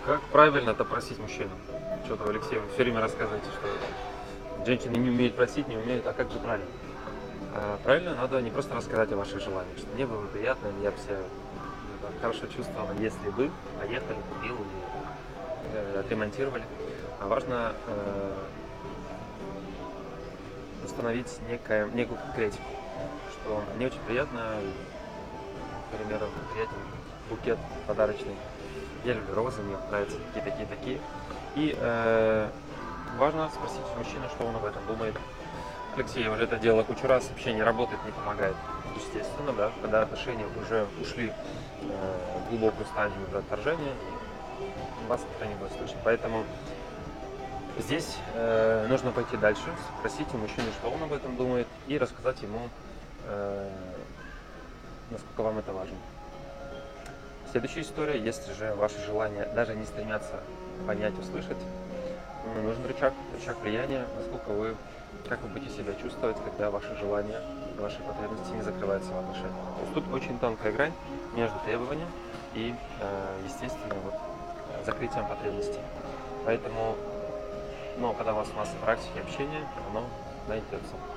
Как правильно допросить мужчину? Что-то, Алексей, вы все время рассказываете, что женщины не умеют просить, не умеют, а как же правильно? Правильно надо не просто рассказать о ваших желаниях, что мне было бы приятно, я бы себя хорошо чувствовала, если бы поехали, купил или отремонтировали. А важно установить некую конкретику, что мне очень приятно, к примеру, приятен букет подарочный. Я люблю розы, мне нравятся такие. И важно спросить мужчину, что он об этом думает. Алексей, я уже это делала кучу раз, вообще не работает, не помогает. Естественно, да, когда отношения уже ушли в глубокую стадию уже отторжения, вас никто не будет слышать. Поэтому здесь нужно пойти дальше, спросить у мужчины, что он об этом думает, и рассказать ему, насколько вам это важно. Следующая история, если же ваши желания даже не стремятся понять, услышать, нужен рычаг влияния, как вы будете себя чувствовать, когда ваши желания, ваши потребности не закрываются в отношениях. То есть тут очень тонкая грань между требованием и, естественно, закрытием потребностей. Поэтому, когда у вас масса практики, общения, оно найдется.